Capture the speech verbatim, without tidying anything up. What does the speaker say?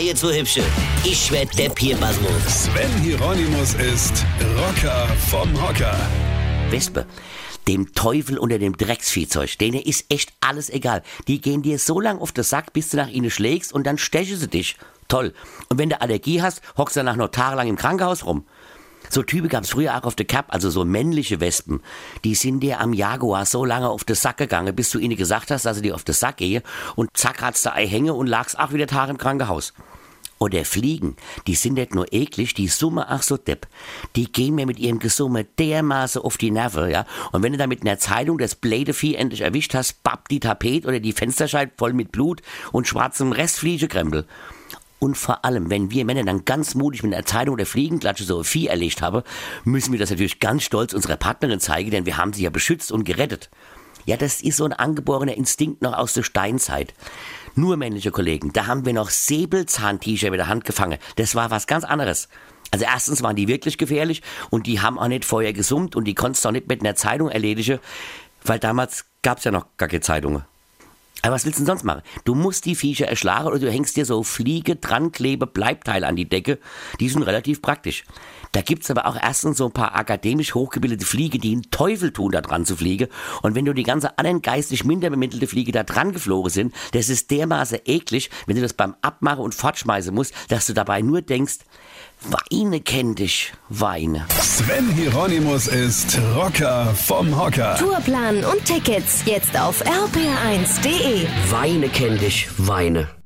ihr zwei Hübsche. Ich werd der Pierpasmus. Sven Hieronymus ist Rocker vom Hocker. Wespe, dem Teufel unter dem Drecksviehzeug, denen ist echt alles egal. Die gehen dir so lang auf den Sack, bis du nach ihnen schlägst und dann stechen sie dich. Toll. Und wenn du Allergie hast, hockst du danach noch tagelang im Krankenhaus rum. So Typen gab's früher auch auf der Kap, also so männliche Wespen. Die sind dir am Jaguar so lange auf den Sack gegangen, bis du ihnen gesagt hast, dass sie dir auf den Sack gehe. Und zack, hat's da Ei hänge und lagst auch wieder Tage im Krankenhaus. Oder Fliegen, die sind nicht nur eklig, die summe ach so depp. Die gehen mir mit ihrem Gesumme dermaßen auf die Nerven, ja. Und wenn du dann mit einer Zeitung das blöde Vieh endlich erwischt hast, pappt die Tapete oder die Fensterscheibe voll mit Blut und schwarzem Restfliegekrempel. Und vor allem, wenn wir Männer dann ganz mutig mit einer Zeitung oder Fliegenklatsche so ein Vieh erlegt haben, müssen wir das natürlich ganz stolz unserer Partnerin zeigen, denn wir haben sie ja beschützt und gerettet. Ja, das ist so ein angeborener Instinkt noch aus der Steinzeit. Nur männliche Kollegen, da haben wir noch Säbelzahntücher mit der Hand gefangen. Das war was ganz anderes. Also erstens waren die wirklich gefährlich und die haben auch nicht vorher gesummt und die konntest du auch nicht mit einer Zeitung erledigen, weil damals gab es ja noch gar keine Zeitungen. Aber was willst du denn sonst machen? Du musst die Viecher erschlagen oder du hängst dir so Fliege, Dranklebe, Bleibteile an die Decke. Die sind relativ praktisch. Da gibt's aber auch erstens so ein paar akademisch hochgebildete Fliege, die einen Teufel tun, da dran zu fliegen. Und wenn du die ganze anderen geistig minder bemittelte Fliege da dran geflogen sind, das ist dermaßen eklig, wenn du das beim Abmachen und Fortschmeißen musst, dass du dabei nur denkst, Weine kenn dich, Weine. Sven Hieronymus ist Rocker vom Hocker. Tourplan und Tickets jetzt auf r p r eins punkt d e. Weine kenn dich, Weine.